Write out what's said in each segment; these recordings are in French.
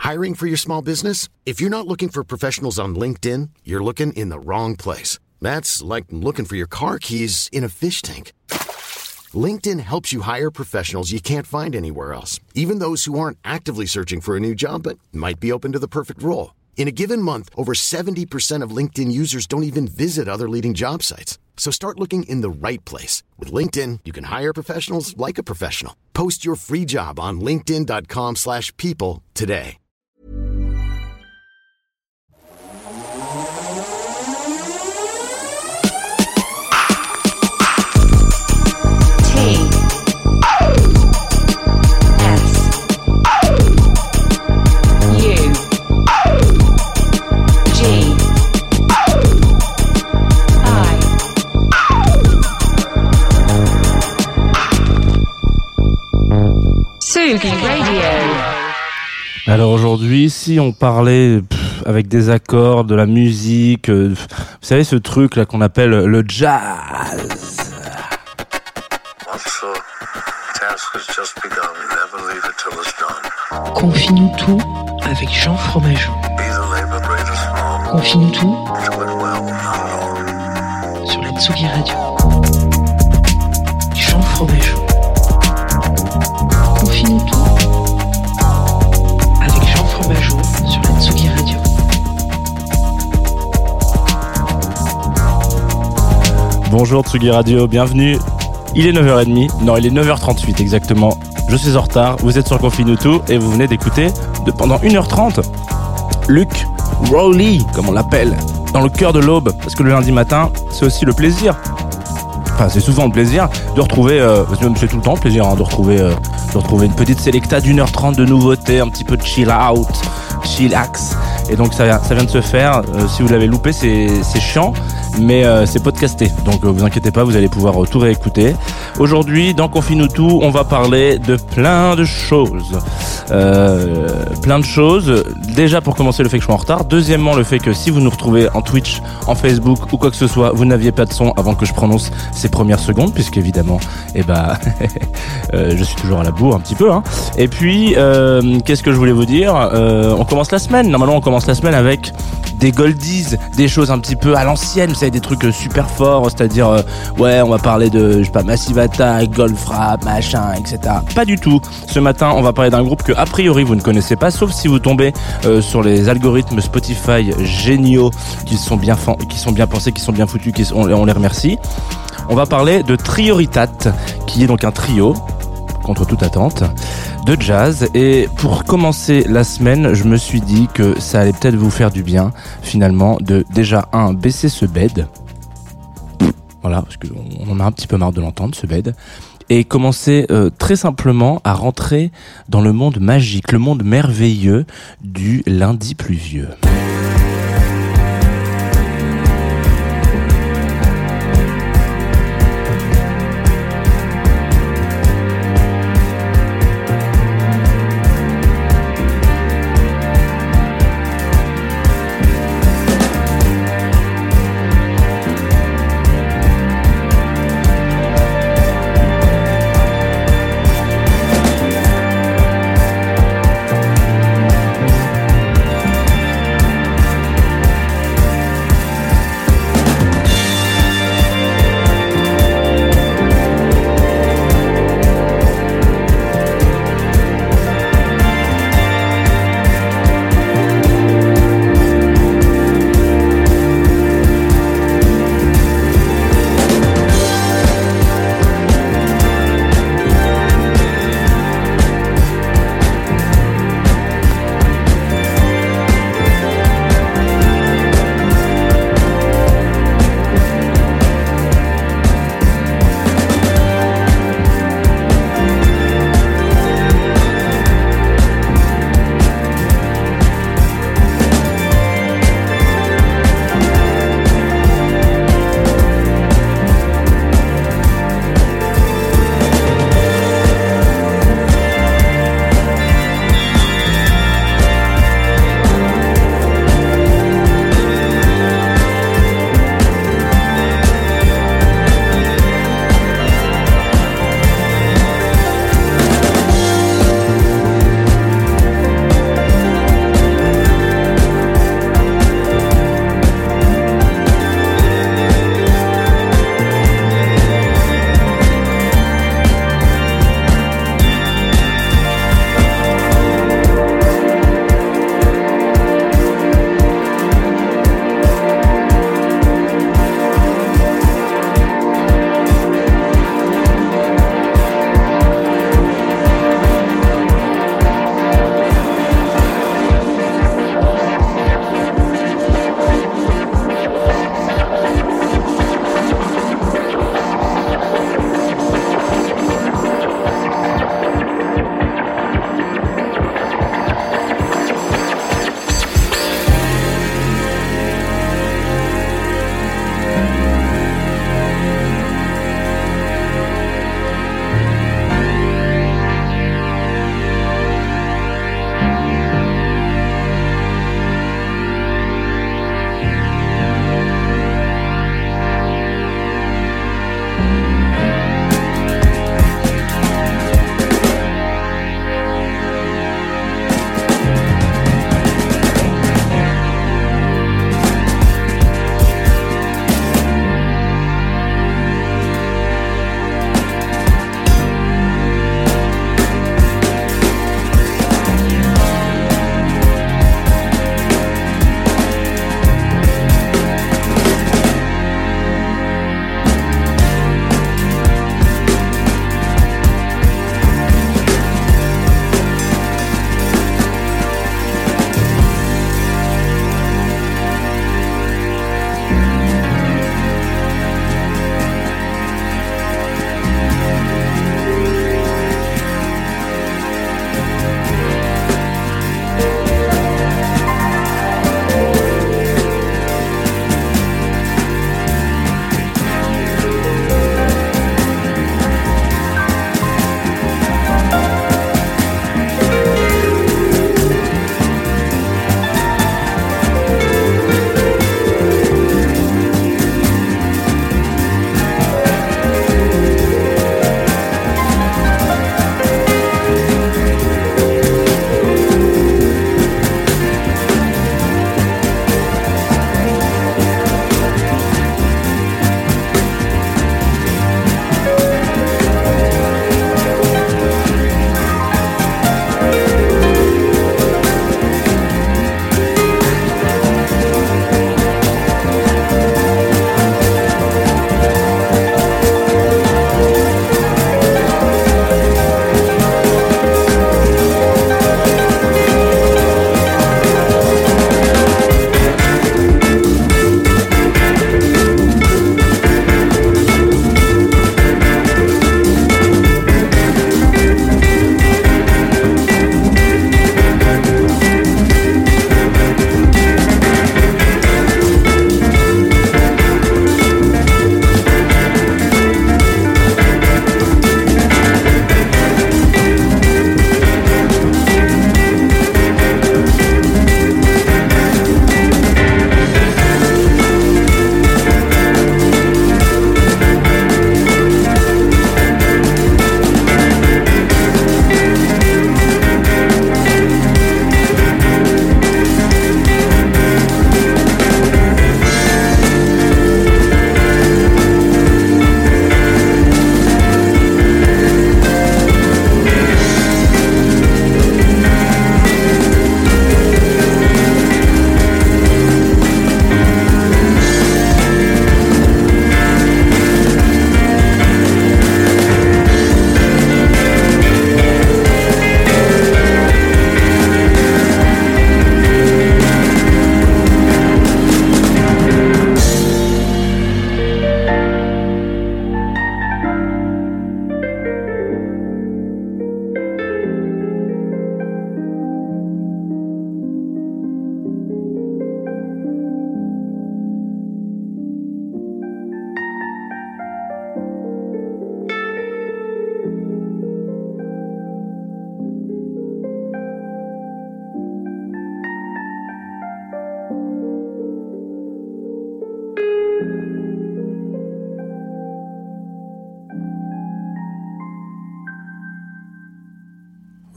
Hiring for your small business? If you're not looking for professionals on LinkedIn, you're looking in the wrong place. That's like looking for your car keys in a fish tank. LinkedIn helps you hire professionals you can't find anywhere else, even those who aren't actively searching for a new job but might be open to the perfect role. In a given month, over 70% of LinkedIn users don't even visit other leading job sites. So start looking in the right place. With LinkedIn, you can hire professionals like a professional. Post your free job on linkedin.com/people today. Alors aujourd'hui, si on parlait avec des accords, de la musique, vous savez ce truc là qu'on appelle le jazz. Confie-nous tout avec Jean Fromageau. Confie-nous tout sur la Tsugi Radio. Jean Fromageau. Confie-nous tout avec Jean Fromageau sur la Tsugi Radio. Bonjour Tsugi Radio, bienvenue. Il est 9h30, non il est 9h38 exactement. Je suis en retard, vous êtes sur Confine Tout et vous venez d'écouter pendant 1h30 Luke Rowley, comme on l'appelle, dans le cœur de l'aube. Parce que le lundi matin, c'est aussi le plaisir. Enfin, c'est souvent le plaisir de retrouver, c'est tout le temps le plaisir de retrouver une petite sélecta d'1h30 de nouveautés, un petit peu de chill out, chillax. Et donc ça vient de se faire. Si vous l'avez loupé, c'est chiant, mais c'est podcasté. Donc vous inquiétez pas, vous allez pouvoir tout réécouter. Aujourd'hui, dans Confine-nous tout, on va parler de plein de choses. Déjà pour commencer, le fait que je sois en retard. Deuxièmement, le fait que si vous nous retrouvez en Twitch, en Facebook ou quoi que ce soit, vous n'aviez pas de son avant que je prononce ces premières secondes, puisqu'évidemment, je suis toujours à la bourre un petit peu. Et puis, qu'est-ce que je voulais vous dire ? On commence la semaine. Normalement, on commence la semaine avec des goldies, des choses un petit peu à l'ancienne, vous savez, des trucs super forts, c'est-à-dire, on va parler de, Massive Attack, Goldfrapp, machin, etc. Pas du tout. Ce matin, on va parler d'un groupe que, a priori, vous ne connaissez pas, sauf si vous tombez sur les algorithmes Spotify géniaux, qui sont bien pensés, qui sont bien foutus, on les remercie. On va parler de Trioritat, qui est donc un trio, contre toute attente, de jazz. Et pour commencer la semaine, je me suis dit que ça allait peut-être vous faire du bien, finalement, de déjà baisser ce bed. Voilà, parce qu'on en a un petit peu marre de l'entendre, ce bed. Et commencer très simplement à rentrer dans le monde magique, le monde merveilleux du lundi pluvieux.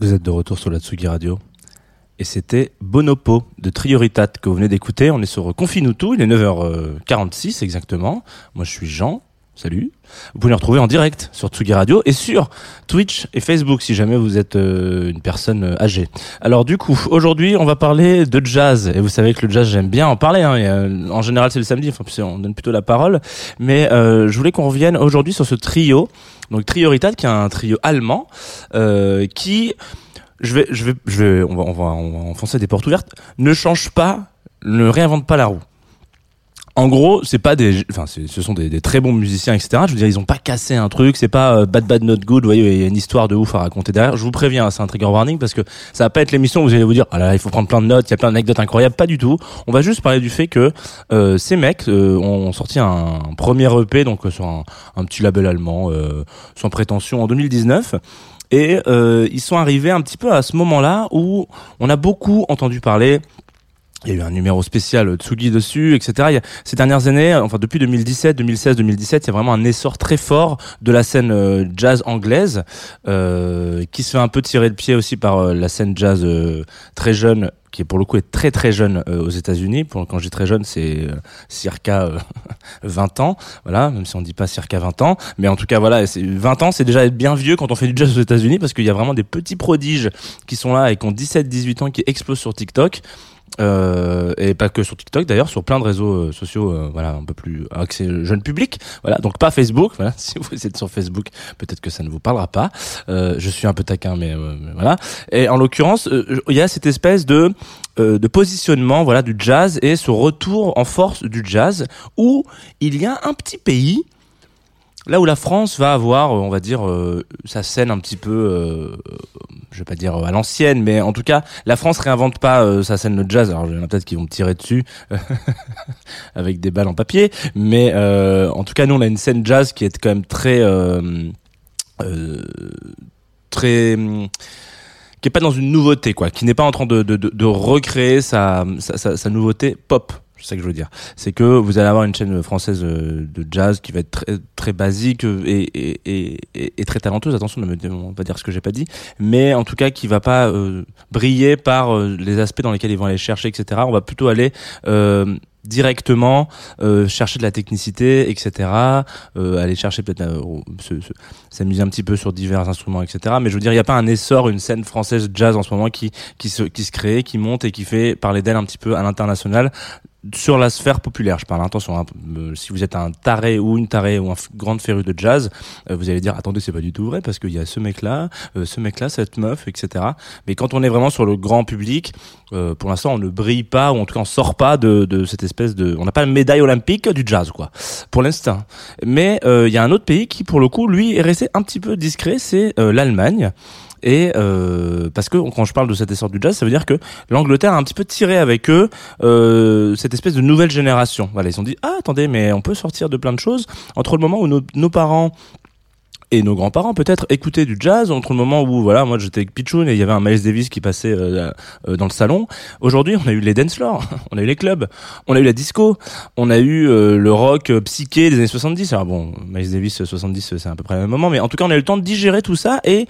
Vous êtes de retour sur la Tsugi Radio. Et c'était Bonopo de Trioritat que vous venez d'écouter. On est sur Confine-nous tout, il est 9h46 exactement. Moi je suis Jean, salut. Vous pouvez nous retrouver en direct sur Tsugi Radio et sur Twitch et Facebook si jamais vous êtes une personne âgée. Alors du coup, aujourd'hui on va parler de jazz. Et vous savez que le jazz j'aime bien en parler. En général c'est le samedi, enfin on donne plutôt la parole. Mais je voulais qu'on revienne aujourd'hui sur ce trio. Donc Trioritat qui est un trio allemand qui... on va enfoncer des portes ouvertes. Ne change pas, ne réinvente pas la roue. En gros, ce sont des très bons musiciens, etc. Je veux dire, ils ont pas cassé un truc, c'est pas bad not good. Vous voyez, il y a une histoire de ouf à raconter derrière. Je vous préviens, c'est un trigger warning parce que ça va pas être l'émission où vous allez vous dire, ah là, il faut prendre plein de notes, il y a plein d'anecdotes incroyables. Pas du tout. On va juste parler du fait que ces mecs ont sorti un premier EP, donc sur un petit label allemand, sans prétention, en 2019. Et ils sont arrivés un petit peu à ce moment-là où on a beaucoup entendu parler. Il y a eu un numéro spécial Tsugi dessus, etc. Ces dernières années, enfin depuis 2017, 2016, 2017, il y a vraiment un essor très fort de la scène jazz anglaise qui se fait un peu tirer le pied aussi par la scène jazz très jeune, qui pour le coup est très très jeune aux États-Unis. Quand je dis très jeune, c'est circa 20 ans, voilà, même si on dit pas circa 20 ans, mais en tout cas voilà, 20 ans, c'est déjà être bien vieux quand on fait du jazz aux États-Unis parce qu'il y a vraiment des petits prodiges qui sont là et qui ont 17-18 ans qui explosent sur TikTok. Et pas que sur TikTok d'ailleurs, sur plein de réseaux sociaux, voilà, un peu plus axés jeune public, voilà, donc pas Facebook, voilà, si vous êtes sur Facebook, peut-être que ça ne vous parlera pas, je suis un peu taquin, mais voilà, et en l'occurrence, il y a cette espèce de positionnement, voilà, du jazz et ce retour en force du jazz, où il y a un petit pays, là où la France va avoir, on va dire, sa scène un petit peu, je vais pas dire à l'ancienne, mais en tout cas, la France réinvente pas sa scène de jazz. Alors, il y en a peut-être qui vont me tirer dessus avec des balles en papier, mais en tout cas, nous, on a une scène jazz qui est quand même très, qui est pas dans une nouveauté, quoi, qui n'est pas en train de recréer sa nouveauté pop. C'est ça que je veux dire. C'est que vous allez avoir une chaîne française de jazz qui va être très, très basique et très talenteuse. Attention, on va pas dire ce que j'ai pas dit. Mais en tout cas, qui va pas briller par les aspects dans lesquels ils vont aller chercher, etc. On va plutôt aller directement chercher de la technicité, etc. Aller chercher peut-être s'amuser un petit peu sur divers instruments, etc. Mais je veux dire, il n'y a pas un essor, une scène française jazz en ce moment qui se crée, qui monte et qui fait parler d'elle un petit peu à l'international sur la sphère populaire. Je parle, attention, hein, si vous êtes un taré ou une tarée ou un grande féru de jazz, vous allez dire attendez, c'est pas du tout vrai parce qu'il y a ce mec là, cette meuf, etc. Mais quand on est vraiment sur le grand public, pour l'instant on ne brille pas, ou en tout cas on sort pas de cette espèce de, on n'a pas la médaille olympique du jazz, quoi, pour l'instant. Mais il y a un autre pays qui pour le coup lui est resté un petit peu discret, c'est l'Allemagne. Et parce que quand je parle de cette essor du jazz, ça veut dire que l'Angleterre a un petit peu tiré avec eux cette espèce de nouvelle génération. Voilà, ils se sont dit attendez, mais on peut sortir de plein de choses entre le moment où nos parents et nos grands-parents peut-être écoutaient du jazz, entre le moment où voilà, moi j'étais avec Pichoun et il y avait un Miles Davis qui passait dans le salon. Aujourd'hui, on a eu les dance floors, on a eu les clubs, on a eu la disco, on a eu le rock psyché des années 70. Alors bon, Miles Davis 70 c'est à peu près le même moment, mais en tout cas on a eu le temps de digérer tout ça et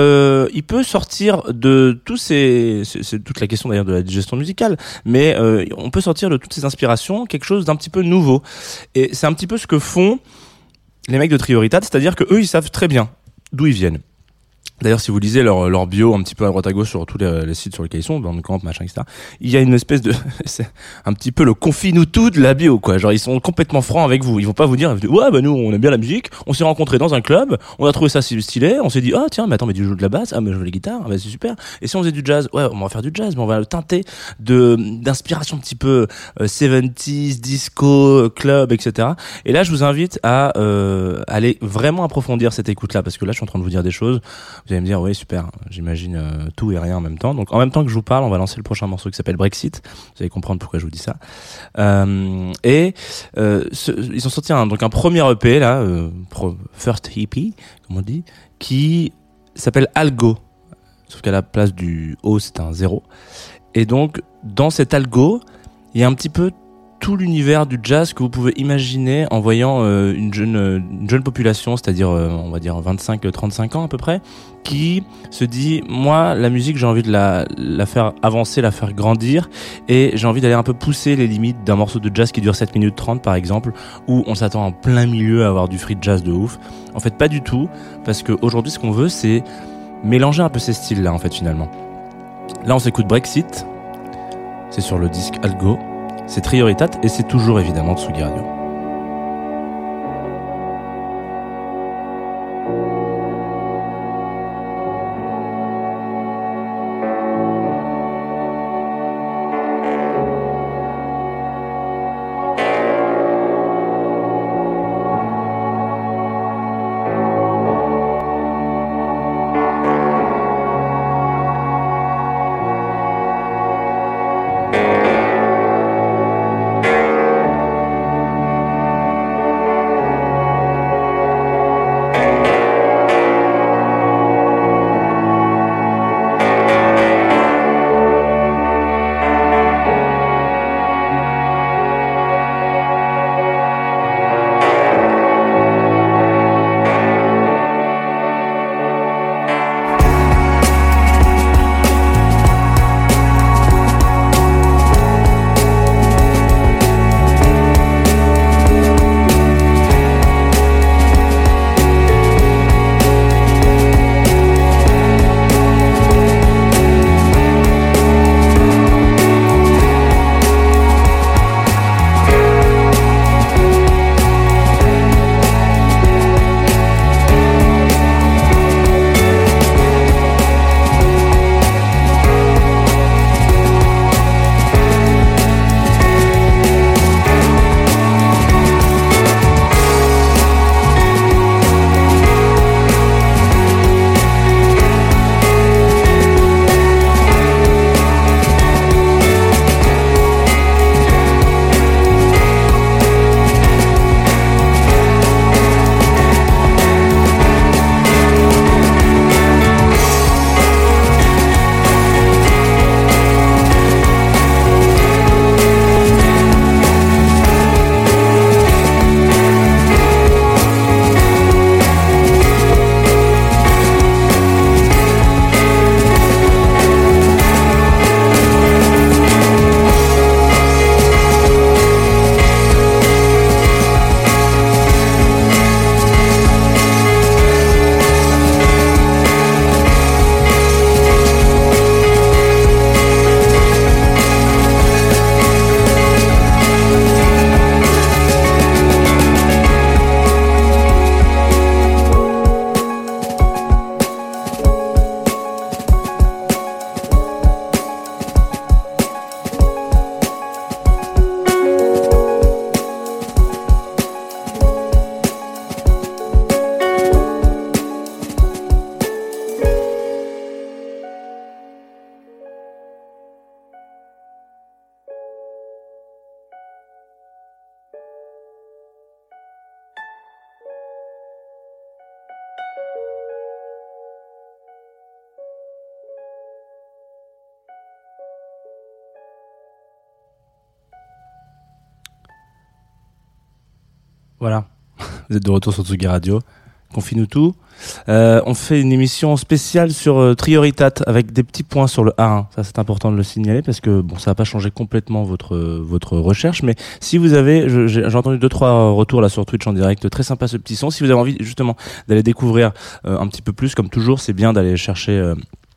il peut sortir de tous c'est toute la question d'ailleurs de la digestion musicale, mais on peut sortir de toutes ces inspirations quelque chose d'un petit peu nouveau. Et c'est un petit peu ce que font les mecs de Trioritat, c'est-à-dire que eux ils savent très bien d'où ils viennent. D'ailleurs, si vous lisez leur bio un petit peu à droite à gauche sur tous les sites sur lesquels ils sont, Bandcamp, machin, etc., il y a une espèce de, c'est un petit peu le confine-nous tout de la bio, quoi. Genre, ils sont complètement francs avec vous. Ils vont pas vous dire, ouais, bah, nous, on aime bien la musique, on s'est rencontrés dans un club, on a trouvé ça stylé, on s'est dit, ah, tiens, mais attends, mais tu joues de la basse, ah, mais je joue la guitare, ah, bah, c'est super. Et si on faisait du jazz, ouais, on va faire du jazz, mais on va le teinter d'inspiration un petit peu, 70s, disco, club, etc. Et là, je vous invite à, aller vraiment approfondir cette écoute-là, parce que là, je suis en train de vous dire des choses. Vous allez me dire, oui, super, j'imagine tout et rien en même temps. Donc, en même temps que je vous parle, on va lancer le prochain morceau qui s'appelle Brexit. Vous allez comprendre pourquoi je vous dis ça. Ils ont sorti un premier EP, là, First EP, comme on dit, qui s'appelle Algo. Sauf qu'à la place du O, c'est un 0. Et donc, dans cet Algo, il y a un petit peu tout l'univers du jazz que vous pouvez imaginer en voyant une jeune population, c'est-à-dire on va dire 25-35 ans à peu près, qui se dit moi la musique j'ai envie de la faire avancer, la faire grandir, et j'ai envie d'aller un peu pousser les limites d'un morceau de jazz qui dure 7 minutes 30 par exemple, où on s'attend en plein milieu à avoir du free jazz de ouf. En fait pas du tout, parce qu'aujourd'hui ce qu'on veut c'est mélanger un peu ces styles là en fait finalement. Là on s'écoute Brexit, c'est sur le disque Algo, c'est Trioritat et c'est toujours évidemment Tsugi Radio. Voilà, vous êtes de retour sur Tsugi Radio. Confie-nous tout. On fait une émission spéciale sur Trioritat avec des petits points sur le A1. Ça, c'est important de le signaler parce que bon, ça va pas changer complètement votre recherche, mais si vous avez, j'ai entendu 2-3 retours là sur Twitch en direct, très sympa ce petit son. Si vous avez envie justement d'aller découvrir un petit peu plus, comme toujours, c'est bien d'aller chercher.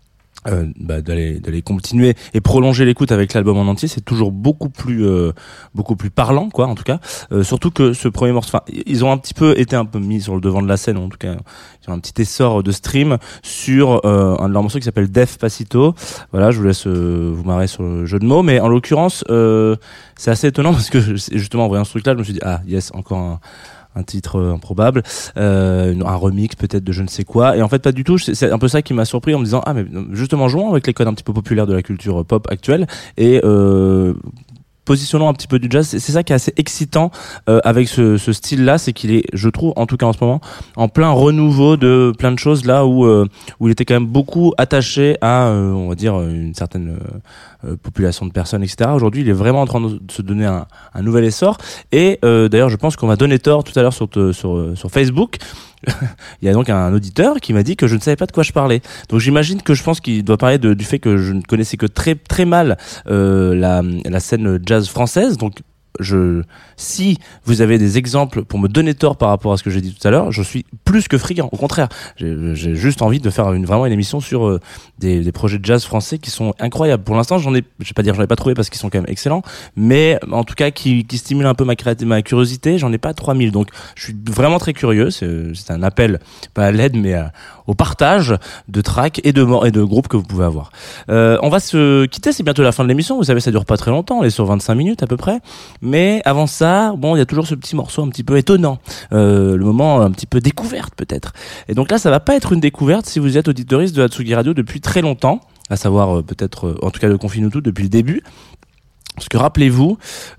D'aller continuer et prolonger l'écoute avec l'album en entier, c'est toujours beaucoup plus parlant, quoi, en tout cas, surtout que ce premier morceau, enfin, ils ont été un peu mis sur le devant de la scène, en tout cas ils ont un petit essor de stream sur un de leurs morceaux qui s'appelle Despacito. Voilà, je vous laisse vous marrer sur le jeu de mots, mais en l'occurrence c'est assez étonnant parce que justement en voyant ce truc là je me suis dit ah yes, encore un titre improbable, un remix peut-être de je ne sais quoi, et en fait pas du tout. C'est un peu ça qui m'a surpris en me disant ah mais justement jouons avec les codes un petit peu populaires de la culture pop actuelle et positionnons un petit peu du jazz. C'est ça qui est assez excitant avec ce style-là, c'est qu'il est, je trouve, en tout cas en ce moment, en plein renouveau de plein de choses là où il était quand même beaucoup attaché à, on va dire, une certaine population de personnes, etc. Aujourd'hui, il est vraiment en train de se donner un nouvel essor. Et d'ailleurs, je pense qu'on m'a donné tort tout à l'heure sur Facebook. Il y a donc un auditeur qui m'a dit que je ne savais pas de quoi je parlais. Donc j'imagine que je pense qu'il doit parler du fait que je ne connaissais que très très mal la scène jazz française. Donc si vous avez des exemples pour me donner tort par rapport à ce que j'ai dit tout à l'heure, je suis plus que friand. Au contraire, j'ai juste envie de faire vraiment une émission sur des projets de jazz français qui sont incroyables. Pour l'instant, je vais pas dire j'en ai pas trouvé parce qu'ils sont quand même excellents, mais en tout cas qui stimulent un peu ma curiosité. J'en ai pas 3000, donc je suis vraiment très curieux. C'est un appel, pas à l'aide, mais au partage de tracks et de groupes que vous pouvez avoir. On va se quitter, c'est bientôt la fin de l'émission. Vous savez, ça dure pas très longtemps, on est sur 25 minutes à peu près. Mais avant ça, bon, il y a toujours ce petit morceau un petit peu étonnant, le moment un petit peu découverte peut-être. Et donc là, ça va pas être une découverte si vous êtes auditoriste de la Tsugi Radio depuis très longtemps, à savoir peut-être, en tout cas de Confine-nous tout depuis le début. Parce que rappelez-vous,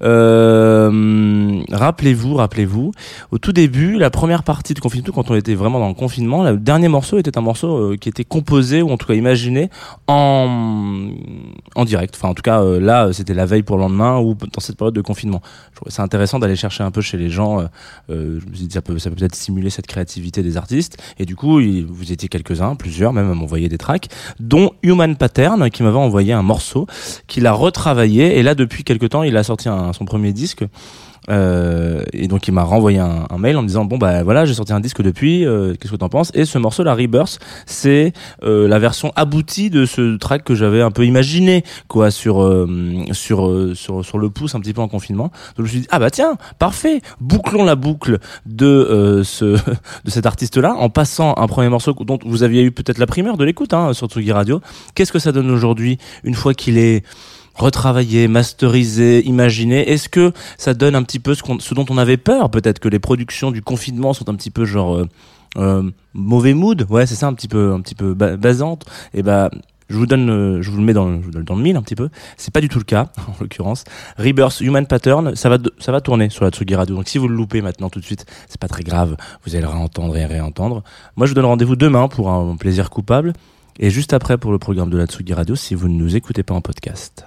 au tout début, la première partie de Confine-nous tout, quand on était vraiment dans le confinement, le dernier morceau était un morceau qui était composé ou en tout cas imaginé en direct. Enfin, en tout cas, là, c'était la veille pour le lendemain ou dans cette période de confinement. Je trouvais ça intéressant d'aller chercher un peu chez les gens. Je me suis dit, ça peut peut-être stimuler cette créativité des artistes. Et du coup, vous étiez quelques-uns, plusieurs, même à m'envoyer des tracks, dont Human Pattern, qui m'avait envoyé un morceau qu'il a retravaillé. Et là, depuis quelque temps, il a sorti son premier disque. Et donc il m'a renvoyé un mail en me disant bon bah voilà, j'ai sorti un disque depuis, qu'est-ce que t'en penses? Et ce morceau, la Rebirth, c'est la version aboutie de ce track que j'avais un peu imaginé quoi sur le pouce un petit peu en confinement. Donc je me suis dit ah bah tiens, parfait, bouclons la boucle de cet artiste là en passant un premier morceau dont vous aviez eu peut-être la primeur de l'écoute sur Tsugi Radio. Qu'est-ce que ça donne aujourd'hui une fois qu'il est retravaillé, masterisé, imaginé? Est-ce que ça donne un petit peu ce dont on avait peur? Peut-être que les productions du confinement sont un petit peu genre mauvais mood. Ouais, c'est ça, un petit peu basantes. Et bah je vous le mets dans le mille un petit peu. C'est pas du tout le cas en l'occurrence. Rebirth, Human Pattern, ça va tourner sur la Tsugi Radio. Donc si vous le loupez maintenant tout de suite, c'est pas très grave. Vous allez le réentendre et réentendre. Moi, je vous donne rendez-vous demain pour un plaisir coupable et juste après pour le programme de la Tsugi Radio si vous ne nous écoutez pas en podcast.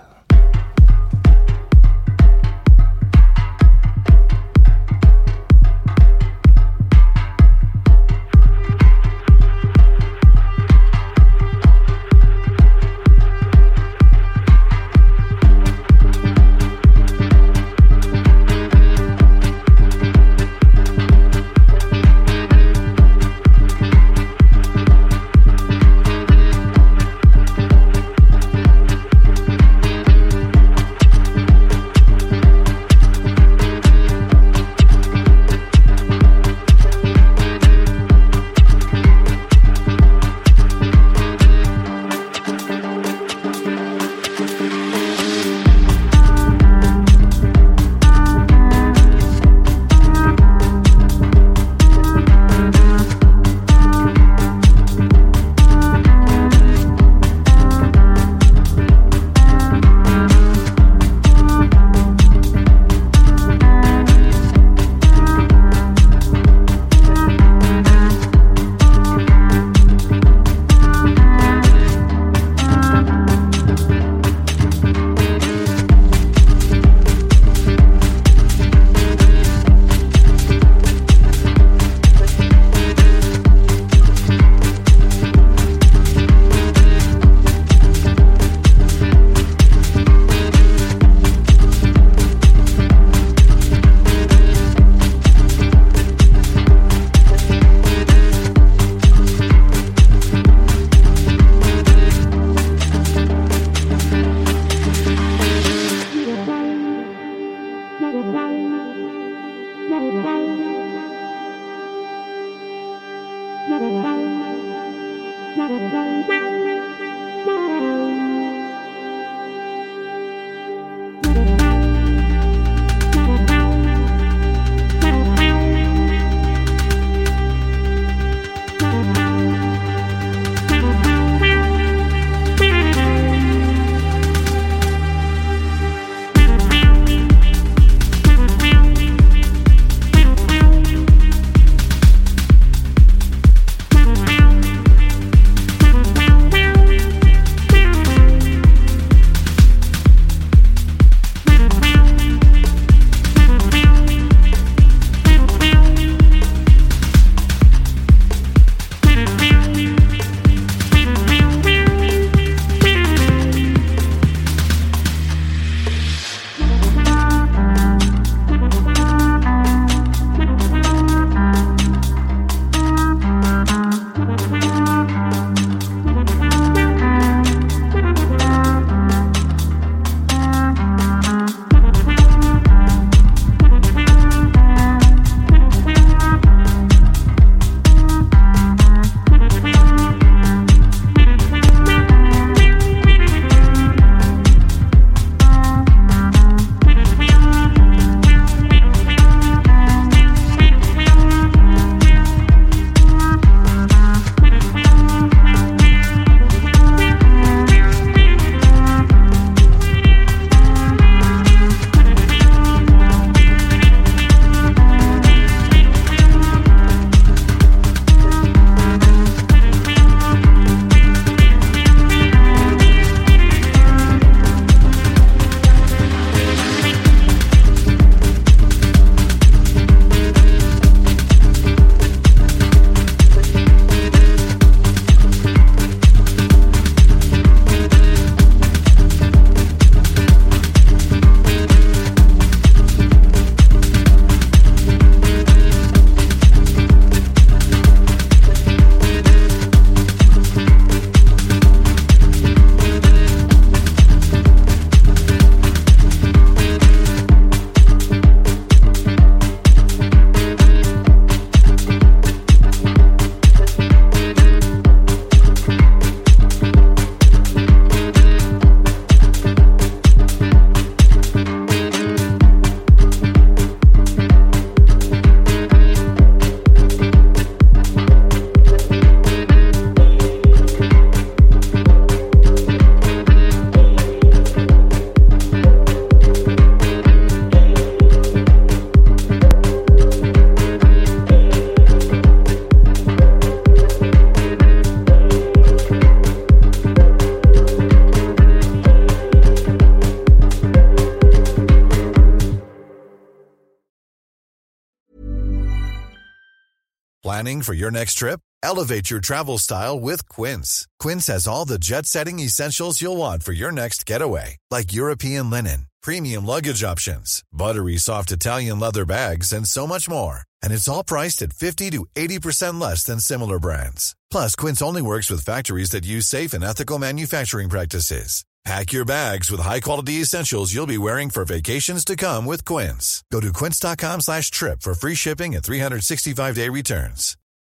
Planning for your next trip? Elevate your travel style with Quince. Quince has all the jet-setting essentials you'll want for your next getaway, like European linen, premium luggage options, buttery soft Italian leather bags, and so much more. And it's all priced at 50 to 80% less than similar brands. Plus, Quince only works with factories that use safe and ethical manufacturing practices. Pack your bags with high-quality essentials you'll be wearing for vacations to come with Quince. Go to quince.com/trip for free shipping and 365-day returns.